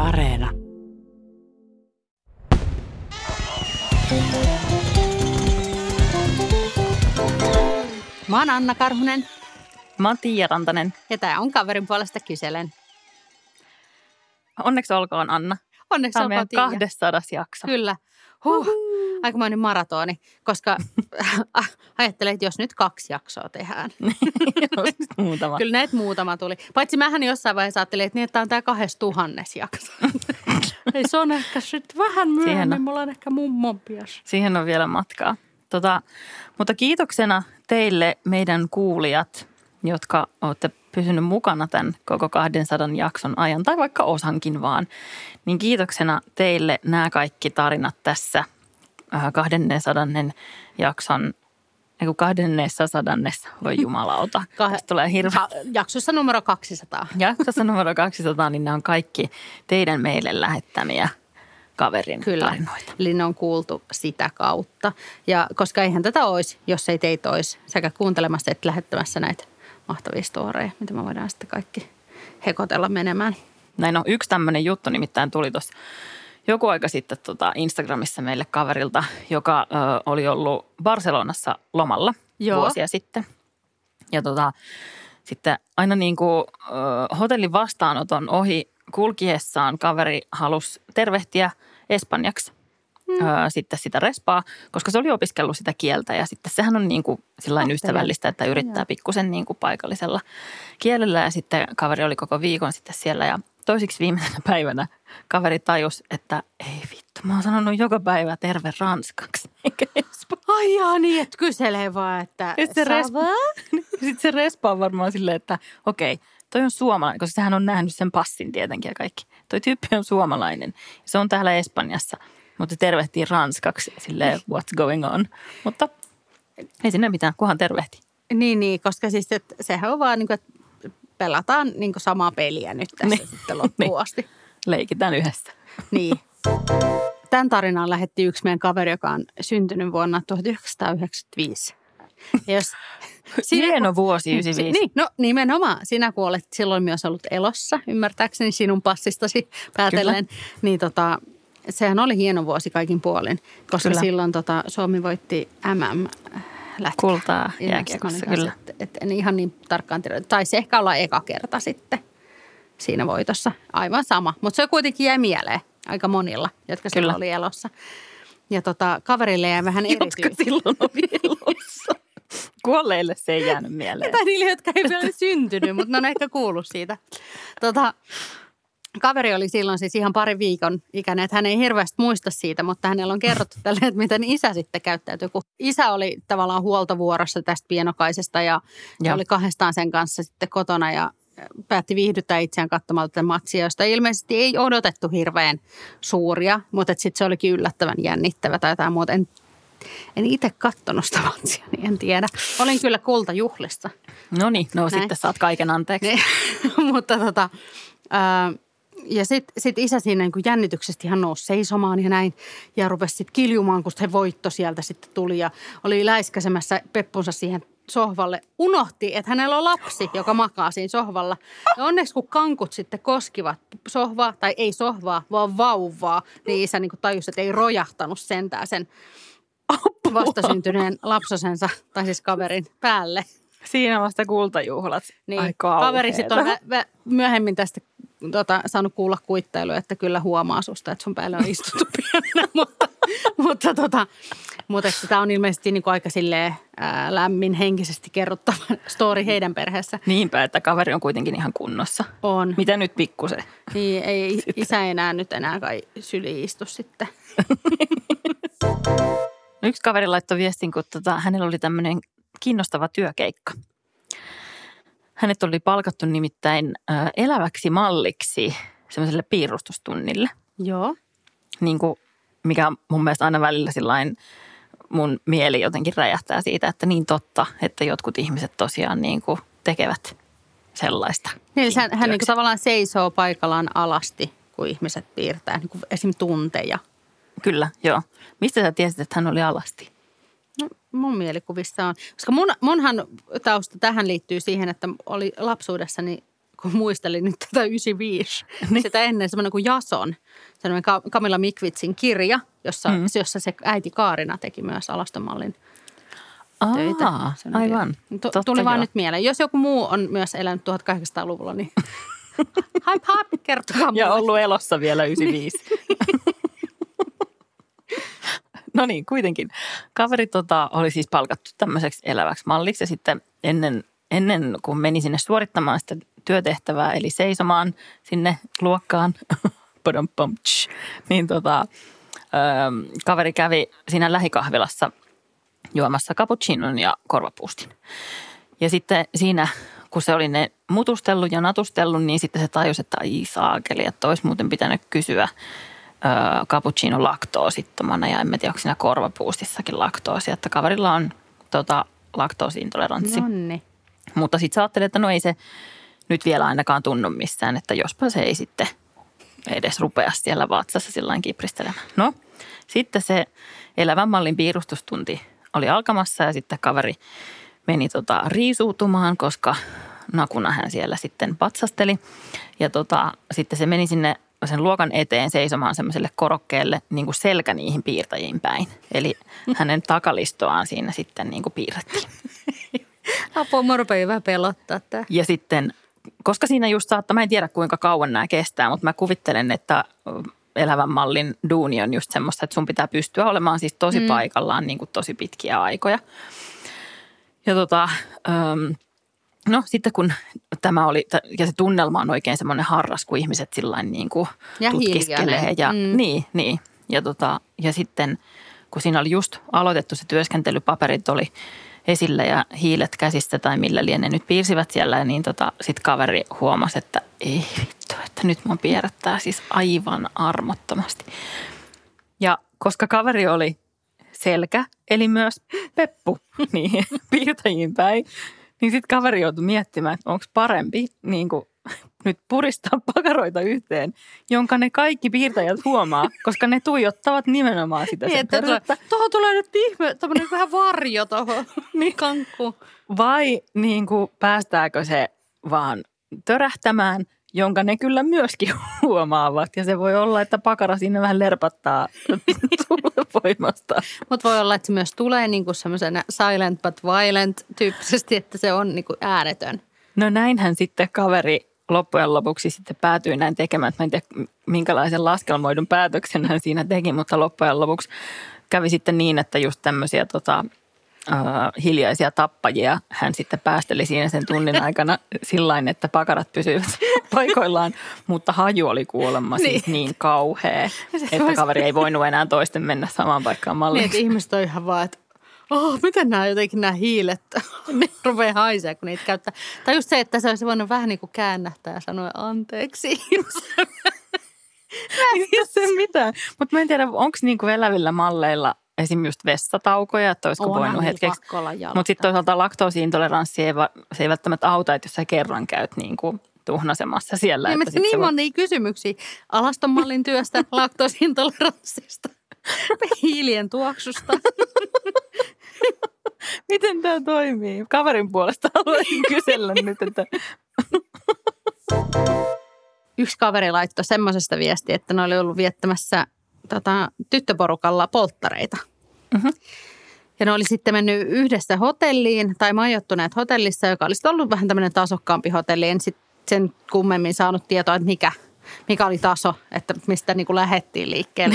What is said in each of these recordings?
Areena. Mä oon Anna Karhunen. Mä oon Tiia Rantanen. Ja tää on Kaverin puolesta kyselen. Onneksi olkoon, Anna. Onneksi Tämä on olkoon, meidän Tiia. 200 jakso. Kyllä. Aikamoinen maratoni, koska ajattelin, että jos nyt 2 jaksoa tehdään. Muutama. Kyllä näitä muutama tuli. Paitsi mähän jossain vaiheessa ajattelin, että tämä on tämä 2000 jakso. Ei, se on ehkä sitten vähän myöhemmin. Mulla on ehkä mummon pias. Siihen on vielä matkaa. Mutta kiitoksena teille meidän kuulijat, jotka olette pysynyt mukana tämän koko 200 jakson ajan, tai vaikka osankin vaan, niin kiitoksena teille nämä kaikki tarinat tässä 200 jakson, 200, voi jumalauta. Tästä tulee hirveä. Jaksossa numero 200. Jaksossa numero 200, niin nämä on kaikki teidän meille lähettämiä kaverin tarinoita. Eli ne on kuultu sitä kautta. Ja koska eihän tätä olisi, jos ei teitä olisi sekä kuuntelemassa että lähettämässä näitä mahtavia storeja, mitä me voidaan sitten kaikki hekotella menemään. Näin on yksi tämmöinen juttu, nimittäin tuli tuossa joku aika sitten Instagramissa meille kaverilta, joka oli ollut Barcelonassa lomalla vuosia sitten. Ja sitten aina niin kuin hotellin vastaanoton ohi kulkiessaan kaveri halusi tervehtiä espanjaksi sitten sitä respaa, koska se oli opiskellut sitä kieltä ja sitten sehän on niin kuin sillain ystävällistä, että yrittää pikkusen niin kuin paikallisella kielellä ja sitten kaveri oli koko viikon sitten siellä ja toisiksi viimeisenä päivänä kaveri tajusi, että ei vittu, mä oon sanonut joka päivä terve ranskaksi, eikä espanjaksi. Ai jaa, niin, että kyselee vaan, että sitten se respa on varmaan silleen, että okei, toi on suomalainen, koska sehän on nähnyt sen passin tietenkin ja kaikki. Toi tyyppi on suomalainen. Se on täällä Espanjassa, mutta tervehtii ranskaksi silleen what's going on. Mutta ei sinne mitään, kunhan tervehti. Niin, koska siis että sehän on vaan niin kuin, että pelataan niin kuin samaa peliä nyt tässä sitten loppuun asti. Leikitään yhdessä. Niin. Tämän tarinaan lähetti yksi meidän kaveri, joka on syntynyt vuonna 1995. Hieno vuosi, 95. Niin, no nimenomaan. Sinä kun olet silloin myös ollut elossa, ymmärtääkseni sinun passistasi päätellen. Kyllä. Niin sehän oli hieno vuosi kaikin puolin, koska kyllä. Silloin Suomi voitti MM-lätkää. Kultaa jääkiekossa, kyllä. Et en ihan niin tarkkaan tiedä. Taisi ehkä olla eka kerta sitten siinä voitossa. Aivan sama, mutta se kuitenkin jäi mieleen aika monilla, jotka silloin oli elossa. Ja kaverille jäi vähän erityisesti. Jotka silloin oli elossa. Kuolleille se ei jäänyt mieleen. Tai niille, jotka ei vielä syntynyt, mutta ne on ehkä kuullut siitä. Kaveri oli silloin siis ihan pari viikon ikäinen, että hän ei hirveästi muista siitä, mutta hänellä on kerrottu tälleen, että miten isä sitten käyttäytyi. Kun isä oli tavallaan huoltovuorossa tästä pienokaisesta ja oli kahdestaan sen kanssa sitten kotona ja päätti viihdyttää itseään katsomalla tätä matsia, josta ilmeisesti ei odotettu hirveän suuria, mutta sitten se olikin yllättävän jännittävä tai jotain muuta. En itse katsonut sitä matsia, niin en tiedä. Olin kyllä kultajuhlissa. Noniin, sitten saat kaiken anteeksi. Mutta ja sitten isä siinä niin kuin jännityksestä ihan nousi seisomaan ja näin. Ja rupesi sitten kiljumaan, kun se voitto sieltä sitten tuli ja oli läiskäsemässä peppunsa siihen sohvalle. Unohti, että hänellä on lapsi, joka makaa siinä sohvalla. Ja onneksi kun kankut sitten koskivat sohvaa, tai ei sohvaa, vaan vauvaa, niin isä niin kuin tajusi, että ei rojahtanut sentään sen vastasyntyneen lapsosensa, tai siis kaverin päälle. Siinä vasta kultajuhlat. Niin, kaveri sitten on myöhemmin tästä saanut kuulla kuittailuja, että kyllä huomaa susta, että sun päälle on istuttu pienenä, mutta tämä on ilmeisesti niin kuin aika silleen lämmin henkisesti kerrottava story heidän perheessä. Niinpä, että kaveri on kuitenkin ihan kunnossa. On. Mitä nyt pikkusen? Niin, ei isä enää kai syliin istu sitten. Yksi kaveri laittoi viestin, kun hänellä oli tämmöinen kiinnostava työkeikka. Hänet oli palkattu nimittäin eläväksi malliksi semmoiselle piirustustunnille. Joo. Niin kuin, mikä mun mielestä aina välillä sillain mun mieli jotenkin räjähtää siitä, että niin totta, että jotkut ihmiset tosiaan niin kuin tekevät sellaista. Niin, hän niin kuin tavallaan seisoo paikallaan alasti, kun ihmiset piirtää niin kuin esimerkiksi tunteja. Kyllä, joo. Mistä sä tiesit, että hän oli alasti? No, mun mielikuvissa on. Koska munhan tausta tähän liittyy siihen, että oli lapsuudessani kun muistelin nyt tätä 95. Niin. Sitä ennen semmoinen kuin Jason, semmoinen Camilla Mikvitsin kirja, jossa se äiti Kaarina teki myös alastomallin töitä. Aivan. Tuli vaan nyt mieleen. Jos joku muu on myös elänyt 1800-luvulla, niin haip, kertokaa mulle. Ja ollut elossa vielä 95. No niin, kuitenkin. Kaveri oli siis palkattu tämmöiseksi eläväksi malliksi ja sitten ennen kuin meni sinne suorittamaan sitä työtehtävää, eli seisomaan sinne luokkaan, niin kaveri kävi siinä lähikahvilassa juomassa cappuccinon ja korvapuustin. Ja sitten siinä, kun se oli ne mutustellut ja natustellut, niin sitten se tajusi, että ai saakeli, että olisi muuten pitänyt kysyä cappuccino laktoosittomana ja en tiedä, onko siinä korvapuustissakin laktoosia, että kaverilla on laktoosiintoleranssi. Nonni. Mutta sitten sä ajattelet, että no ei se nyt vielä ainakaan tunnu missään, että jospa se ei sitten edes rupea siellä vatsassa sillain kipristelemään. No, sitten se elävän mallin piirustustunti oli alkamassa ja sitten kaveri meni riisuutumaan, koska nakuna hän siellä sitten patsasteli. Ja sitten se meni sinne sen luokan eteen seisomaan semmoiselle korokkeelle niin kuin selkä niihin piirtäjiin päin. Eli hänen takalistoaan siinä sitten niin kuin piirrettiin. Apua, mä rupein vähän pelottaa tämä. Ja sitten, koska siinä just saattaa, mä en tiedä kuinka kauan nämä kestää, mutta mä kuvittelen, että elävän mallin duuni on just semmoista, että sun pitää pystyä olemaan siis tosi paikallaan niin kuin tosi pitkiä aikoja. Ja no sitten kun tämä oli, ja se tunnelma on oikein semmoinen harras, kun ihmiset sillain niin kuin tutkiskelee. Ja niin. Ja sitten kun siinä oli just aloitettu se työskentely, paperit oli esillä ja hiilet käsissä tai millä liene nyt piirsivät siellä, niin sitten kaveri huomasi, että ei vittu, että nyt mun piirrättää siis aivan armottomasti. Ja koska kaveri oli selkä, eli myös peppu niihin piirtäjiin päin, niin sitten kaveri joutui miettimään, että onko parempi niin kuin nyt puristaa pakaroita yhteen, jonka ne kaikki piirtäjät huomaa, koska ne tuijottavat nimenomaan sitä sen persettä. Tuohon tulee nyt tämmöinen vähän varjo tuohon niin kankkuun. Vai niin kuin päästääkö se vaan törähtämään, jonka ne kyllä myöskin huomaavat. Ja se voi olla, että pakara sinne vähän lerpattaa tulevoimasta. Mutta voi olla, että se myös tulee niin kuin semmoisena silent but violent tyyppisesti, että se on niin kuin äänetön. No näinhän sitten kaveri loppujen lopuksi sitten päätyi näin tekemään. Mä en tiedä, minkälaisen laskelmoidun päätöksen hän siinä teki, mutta loppujen lopuksi kävi sitten niin, että just tämmöisiä hiljaisia tappajia hän sitten päästeli siinä sen tunnin aikana sillain, että pakarat pysyivät paikoillaan, mutta haju oli kuulemma siis niin kauhea, että kaveri ei voinut enää toisten mennä samaan paikkaan malliin. Niin, että ihmiset on ihan vaan, että miten nämä hiilet rupeaa haisee, kun niitä käyttää. Tai just se, että se olisi voinut vähän niin kuin käännähtää ja sanoa anteeksi. Ei se mitään. Mutta mä en tiedä, onko niinku elävillä malleilla esimerkiksi just vessataukoja, että olisiko voinut hetkeksi. Mutta sitten toisaalta laktoosiintoleranssi se ei välttämättä auta, että jos sä kerran käyt niinku tuhnasemassa siellä. Niin monia kysymyksiä alaston mallin työstä, laktoosiintoleranssista, hiilien tuoksusta. Miten tämä toimii? Kaverin puolesta haluaisin kysellä nyt, että yksi kaveri laittoi semmoisesta viestiä, että ne oli ollut viettämässä tyttöporukalla polttareita. Mm-hmm. Ja ne oli sitten mennyt yhdessä hotelliin tai majoittuneet hotellissa, joka olisi ollut vähän tämmöinen tasokkaampi hotelli. En sitten sen kummemmin saanut tietoa, että mikä oli taso, että mistä niin kuin lähdettiin liikkeelle,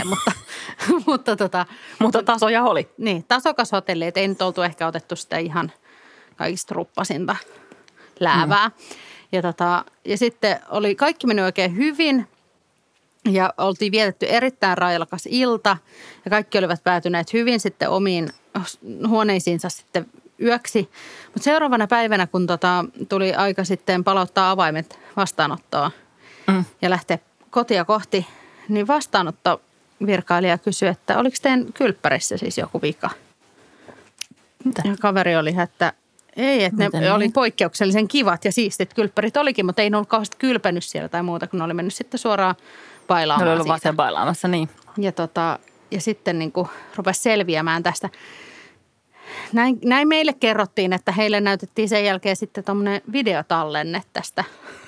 mutta tasoja oli. Niin, tasokas hotelli, että ei nyt oltu ehkä otettu sitä ihan kaikista ruppasinta läävää. Ja sitten oli kaikki mennyt oikein hyvin ja oltiin vietetty erittäin railakas ilta ja kaikki olivat päätyneet hyvin sitten omiin huoneisiinsa sitten yöksi. Mutta seuraavana päivänä, kun tuli aika sitten palauttaa avaimet vastaanottoon ja lähteä kotia kohti, niin vastaanottovirkailija kysyi, että oliko teidän kylppärissä siis joku vika? Mitä? Ja kaveri oli, että ei, että ne oli poikkeuksellisen kivat ja siistit kylppärit olikin, mutta ei ne ollut kauheasti kylpänyt siellä tai muuta, kun ne oli mennyt sitten suoraan bailaamaan. Ne oli ollut vaan siellä bailaamassa, niin. Ja sitten niin kuin rupesi selviämään tästä. Näin meille kerrottiin, että heille näytettiin sen jälkeen sitten tuommoinen videotallenne tästä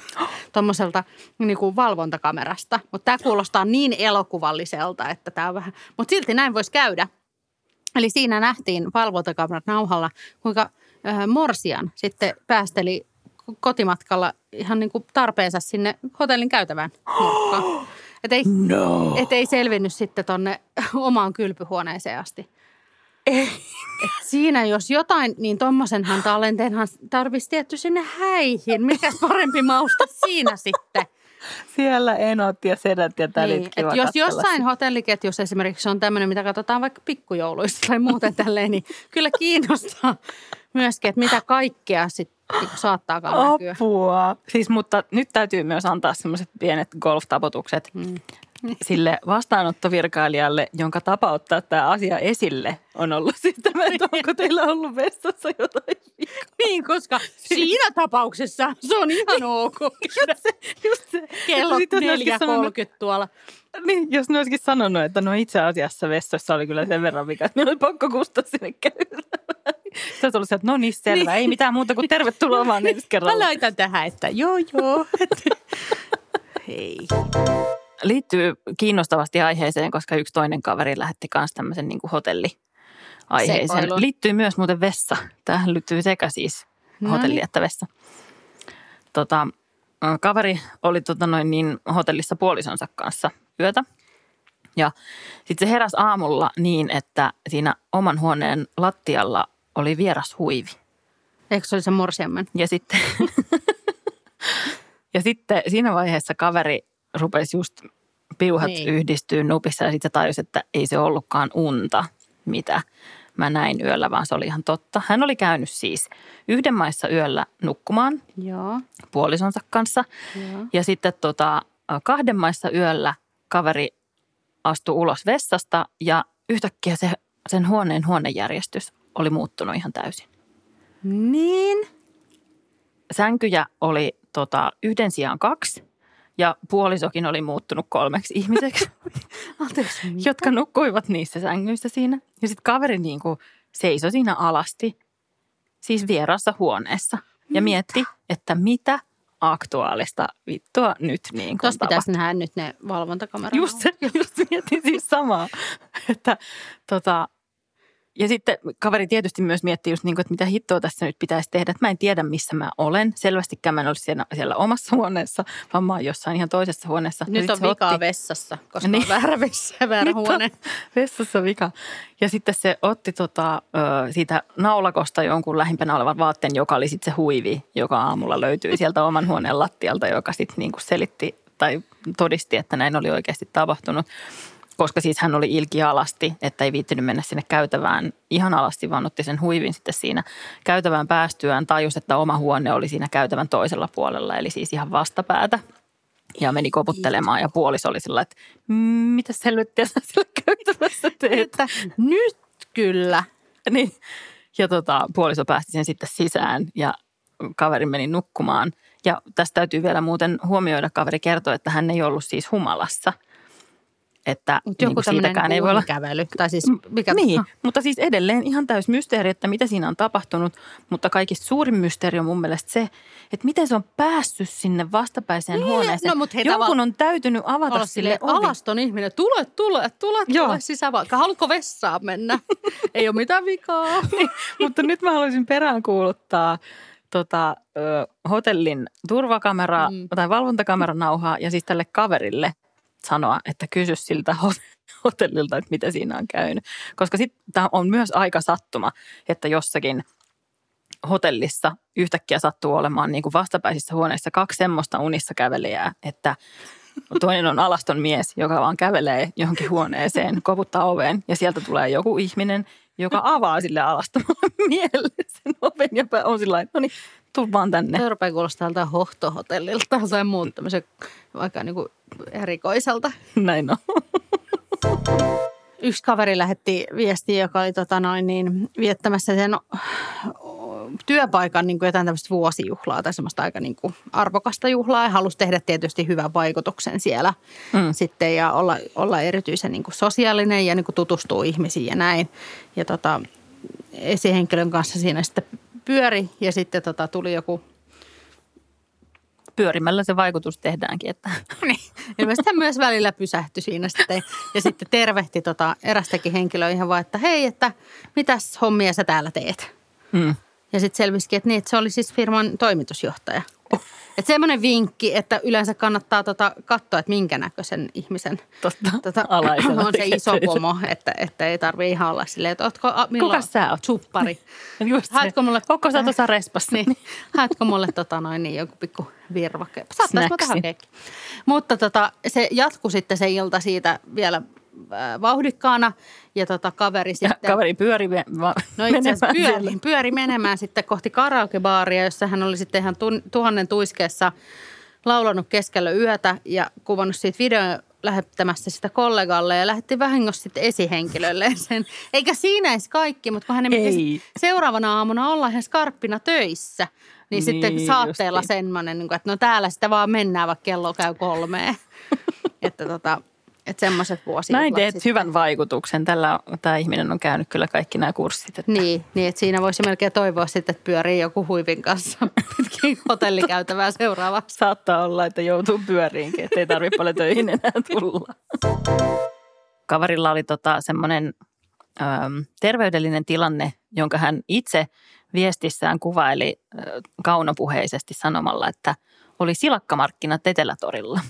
tuommoiselta niin kuin valvontakamerasta. Mutta tämä kuulostaa niin elokuvalliselta, että tämä on vähän, mutta silti näin voisi käydä. Eli siinä nähtiin valvontakamerat nauhalla, kuinka morsian sitten päästeli kotimatkalla ihan niin kuin tarpeensa sinne hotellin käytävään nurkkaan. Että ei selvinnyt sitten tonne omaan kylpyhuoneeseen asti. Et siinä jos jotain, niin tommosenhan tallenteenhan tarvitsisi tietty sinne häihin. Mikäs parempi mausta siinä sitten? Siellä enot ja sedät ja tälit niin, kiva jos jossain hotelliketjussa esimerkiksi on tämmöinen, mitä katsotaan vaikka pikkujouluista tai muuten tälleen, niin kyllä kiinnostaa myöskin, että mitä kaikkea sitten saattaakaan näkyä. Apua. Siis, mutta nyt täytyy myös antaa semmoiset pienet golf-tapotukset sille vastaanottovirkailijalle, jonka tapa ottaa tämä asia esille on ollut sitten, että onko teillä ollut vessassa jotain vikaa. Niin, koska siinä tapauksessa se on ihan ok. Just se. Kello 4.30 tuolla. Niin, jos ne olisikin sanonut, että no itse asiassa vessassa oli kyllä sen verran vika, että ne oli pakko kustaa sinne käydä. Se olisi ollut se, että no niin, selvä, ei mitään muuta kuin tervetuloa vaan ensi kerralla. Mä laitan tähän, että joo. Hei. Liittyy kiinnostavasti aiheeseen, koska yksi toinen kaveri lähetti myös tämmöisen niin kuin hotelliaiheeseen. Sekoilun. Liittyy myös muuten vessa. Tähän liittyy sekä siis hotelli että vessa. Kaveri oli hotellissa puolisonsa kanssa yötä. Ja sitten se heräsi aamulla niin, että siinä oman huoneen lattialla oli vieras huivi. Eikö se oli se morsiammen? Ja sitten siinä vaiheessa kaveri rupesi just piuhat yhdistyy nupissa ja sitten se tajusi, että ei se ollutkaan unta, mitä mä näin yöllä, vaan se oli ihan totta. Hän oli käynyt siis yhden maissa yöllä nukkumaan puolisonsa kanssa. Joo. Ja sitten kahden maissa yöllä kaveri astui ulos vessasta ja yhtäkkiä sen huoneen huonejärjestys oli muuttunut ihan täysin. Niin? Sänkyjä oli yhden sijaan 2 ja puolisokin oli muuttunut 3 ihmiseksi, jotka nukkuivat niissä sängyissä siinä. Ja sitten kaveri seisoi siinä alasti, siis vieraassa huoneessa ja mietti, että mitä aktuaalista vittua nyt Tuossa pitäisi nähdä nyt ne valvontakamerat. Just mietin siis samaa, että ja sitten kaveri tietysti myös miettii just että mitä hittoa tässä nyt pitäisi tehdä. Että mä en tiedä, missä mä olen. Selvästikään mä en olisi siellä omassa huoneessa, vaan mä oon jossain ihan toisessa huoneessa. Nyt on vikaa vessassa, koska on väärä vessa ja väärä huone. Vessassa vika. Ja sitten se otti siitä naulakosta jonkun lähimpänä olevan vaatteen, joka oli sitten se huivi, joka aamulla löytyi sieltä oman huoneen lattialta, joka sitten selitti tai todisti, että näin oli oikeasti tapahtunut. Koska siis hän oli ilki alasti, että ei viittinyt mennä sinne käytävään ihan alasti, vaan otti sen huivin sitten siinä käytävään päästyään. Tajusi, että oma huone oli siinä käytävän toisella puolella, eli siis ihan vastapäätä. Ja meni koputtelemaan ja puoliso oli sillä, että mitä selvittiä sä siellä käytävässä teet? Että nyt kyllä. Niin. Ja puoliso päästi sen sitten sisään ja kaveri meni nukkumaan. Ja tästä täytyy vielä muuten huomioida, kaveri kertoi, että hän ei ollut siis humalassa. Että joku siitäkään ei voi olla kävely. Tai siis mikä niin, mutta siis edelleen ihan täys mysteeri, että mitä siinä on tapahtunut. Mutta kaikista suurin mysteeri on mun mielestä se, että miten se on päässyt sinne vastapäiseen huoneeseen. No, mutta jonkun on täytynyt avata sille ovi. Alaston ihminen, tule sisään. Haluatko vessaan mennä? Ei ole mitään vikaa. Niin, mutta nyt mä haluaisin peräänkuuluttaa hotellin turvakameraa tai valvontakameranauhaa ja siis tälle kaverille sanoa, että kysy siltä hotellilta, että mitä siinä on käynyt. Koska sitten tämä on myös aika sattuma, että jossakin hotellissa yhtäkkiä sattuu olemaan vastapäisissä huoneissa 2 semmoista unissa kävelijää, että toinen on alaston mies, joka vaan kävelee johonkin huoneeseen, koputtaa oveen ja sieltä tulee joku ihminen, joka avaa sille alastomalle mielle sen oven ja on sillä lailla, no niin, tuu vaan tänne. Se rupeaa kuulostaa tältä hohtohotellilta tai muut tämmöisen vaikka erikoiselta. Näin on. Yksi kaveri lähetti viestiä, joka oli viettämässä sen työpaikan jotain tämmöistä vuosijuhlaa tai semmoista aika arvokasta juhlaa ja halusi tehdä tietysti hyvän vaikutuksen siellä sitten ja olla erityisen sosiaalinen ja tutustua ihmisiin ja näin. Ja esihenkilön kanssa siinä sitten pyöri ja sitten tuli joku pyörimällä se vaikutus tehdäänkin. Että. Niin. Ilmeisesti hän myös välillä pysähtyi siinä sitten ja sitten tervehti erästäkin henkilöä ihan vaan, että hei, että mitäs hommia sä täällä teet? Ja sitten selvisikin, että se oli siis firman toimitusjohtaja. Että semmoinen vinkki, että yleensä kannattaa katsoa, että minkä näköisen ihmisen on se iso pomo, että ei tarvitse ihan olla silleen, että kuka sä oot? Suppari. Haetko mulle? Onko sä tuossa respassa? Niin. Haetko mulle joku pikku virvake? Saattaisi mä hakeekin. Mutta se jatkui sitten se ilta siitä vielä vauhdikkaana ja kaveri sitten. Ja kaveri pyöri pyöri menemään sitten kohti karaokebaaria, jossa hän oli sitten ihan 1000 tuiskeessa laulanut keskellä yötä ja kuvannut siitä videon lähettämässä sitä kollegalle ja lähetti vahingossa sitten esihenkilölle sen. Eikä siinä edes kaikki, mutta kun hänen piti seuraavana aamuna olla ihan skarppina töissä, niin sitten saatteella semmoinen, että no täällä sitä vaan mennään, vaikka kello käy 3. Että semmoiset vuosijuhlat. Näin teet hyvän vaikutuksen. Tämä ihminen on käynyt kyllä kaikki nämä kurssit. Että. Niin, että siinä voisi melkein toivoa sitten, että pyörii joku huivin kanssa pitkin hotellikäytävää seuraavaksi. Saattaa olla, että joutuu pyöriinkin, ettei tarvitse paljon töihin enää tulla. Kaverilla oli semmoinen terveydellinen tilanne, jonka hän itse viestissään kuvaili kaunopuheisesti sanomalla, että oli silakkamarkkinat Etelätorilla.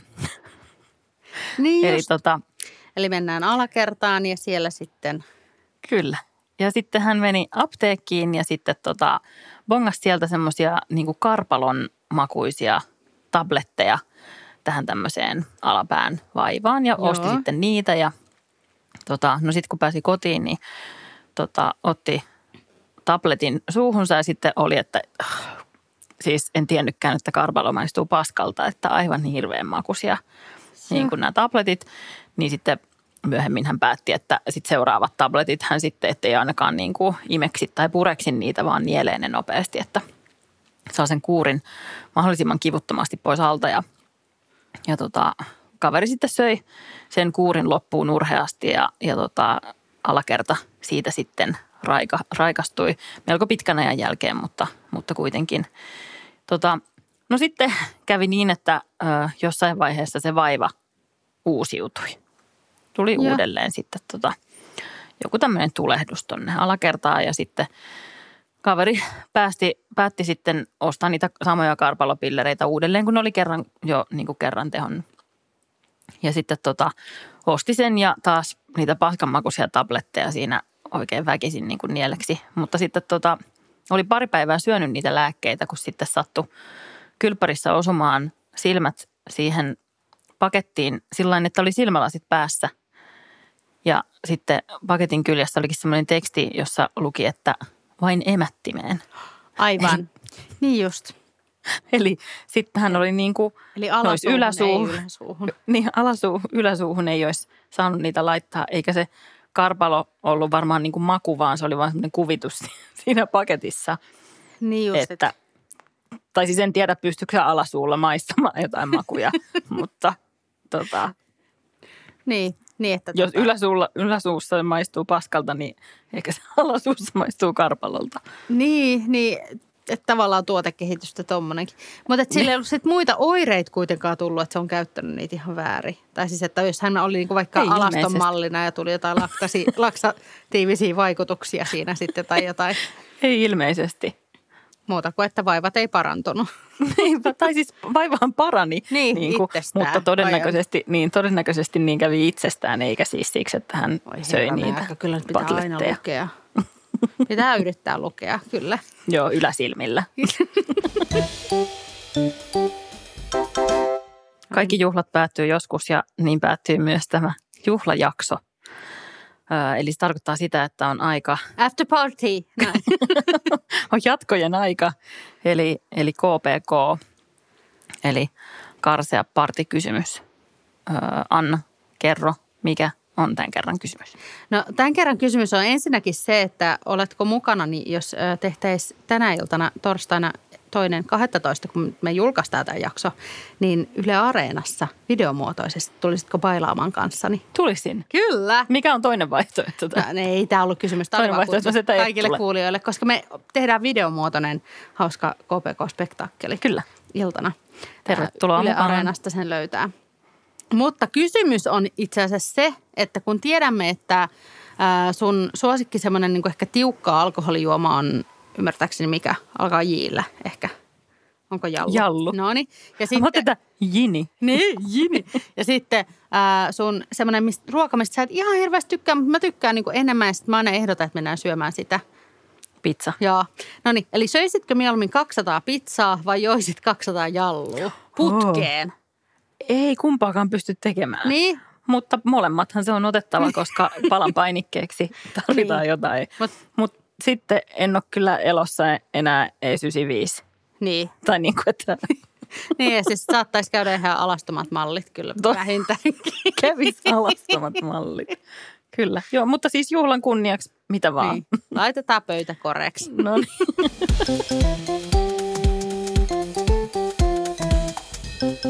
Niin eli mennään alakertaan ja siellä sitten. Kyllä. Ja sitten hän meni apteekkiin ja sitten bongasi sieltä semmoisia niinku karpalon makuisia tabletteja tähän tämmöiseen alapään vaivaan ja osti sitten niitä. Ja no sitten kun pääsi kotiin, niin otti tabletin suuhunsa ja sitten oli, että siis en tiennytkään, että karpalo maistuu paskalta, että aivan hirveän makuisia. Niin kuin nämä tabletit, niin sitten myöhemmin hän päätti, että sitten seuraavat tabletit hän sitten, ettei ainakaan niin kuin imeksi tai pureksi niitä, vaan nielee ne nopeasti, että saa sen kuurin mahdollisimman kivuttomasti pois alta. Ja kaveri sitten söi sen kuurin loppuun urheasti ja alakerta siitä sitten raikastui melko pitkän ajan jälkeen, mutta kuitenkin. No sitten kävi niin, että jossain vaiheessa se vaiva uusiutui. Tuli uudelleen sitten joku tämmöinen tulehdus tonne alakertaan ja sitten kaveri päätti sitten ostaa niitä samoja karpalopillereitä uudelleen, kun ne oli kerran tehonnut. Ja sitten osti sen ja taas niitä paskanmakuisia tabletteja siinä oikein väkisin niin kuin nieleksi. Mutta sitten oli pari päivää syönyt niitä lääkkeitä, kun sitten sattui kylppärissä osumaan silmät siihen pakettiin sillain, että oli silmälasit päässä. Ja sitten paketin kyljessä olikin semmoinen teksti, jossa luki, että vain emättimeen. Aivan. Niin just. Eli sitten hän oli niin kuin eli alasuuhun, ei yläsuuhun. Niin, yläsuuhun ei olisi saanut niitä laittaa, eikä se karpalo ollut varmaan niin kuin maku, vaan se oli vaan semmoinen kuvitus siinä paketissa. Niin just. Että, tai siis en tiedä, pystyykö se alasuulla maistamaan jotain makuja, mutta Niin, että jos yläsuussa maistuu paskalta, niin ehkä se alasuussa maistuu karpalolta. Niin, että tavallaan tuotekehitystä tommonenkin. Mutta sillä ei ollut sit muita oireita kuitenkaan tullut, että se on käyttänyt niitä ihan väärin. Tai siis, että jos hän oli niinku vaikka alaston mallina ja tuli jotain laksatiivisia vaikutuksia siinä sitten tai jotain. Ei ilmeisesti. Muuta kuin, että vaivat ei parantunut. Tai siis vaivahan parani, niin kuin, mutta todennäköisesti niin kävi itsestään, eikä siis siksi, että hän söi niitä kyllä nyt pitää aina lukea. Pitää yrittää lukea, kyllä. Joo, yläsilmillä. Kaikki juhlat päättyy joskus ja niin päättyy myös tämä juhlajakso. Eli se tarkoittaa sitä, että on aika... After party. On jatkojen aika, eli KPK, eli karsea partikysymys. Anna, kerro, mikä on tämän kerran kysymys? No tämän kerran kysymys on ensinnäkin se, että oletko mukana, niin jos tehtäisiin tänä iltana torstaina 2.12., kun me julkaistaan tämä jakso, niin Yle Areenassa videomuotoisesti tulisitko bailaamaan kanssani? Tulisin. Kyllä. Mikä on toinen vaihtoehto? No, ei tämä ollut kysymys. Toinen vaihtoehto se kaikille kuulijoille, koska me tehdään videomuotoinen hauska KPK-spektaakkeli. Kyllä. Iltana. Tervetuloa Yle mukaan. Areenasta sen löytää. Mutta kysymys on itse asiassa se, että kun tiedämme, että sun suosikki semmoinen niin ehkä tiukka alkoholijuoma on, ymmärtääkseni mikä, alkaa jillä ehkä. Onko jallu? Jallu. Noniin. Ja Mä otan jini. Niin, jini. Ja sitten sun semmoinen ruoka, mistä sä et ihan hirveästi tykkää, mutta mä tykkään niin enemmän ja sitten mä aina ehdotan, että mennään syömään sitä. Pizza. Joo. No niin, eli söisitkö mieluummin 200 pizzaa vai joisit 200 jallua putkeen? Ei kumpaakaan pysty tekemään. Niin. Mutta molemmathan se on otettava, koska palan painikkeeksi tarvitaan Niin. jotain. Mutta sitten en ole kyllä elossa enää E95. Niin. Tai niin kuin, että... Niin, ja siis saattaisi käydä ihan alastomat mallit kyllä vähintäänkin. Kävis alastomat mallit. Kyllä. Joo, mutta siis juhlan kunniaksi mitä vaan. Niin. Laitetaan pöytä koreeksi. No niin.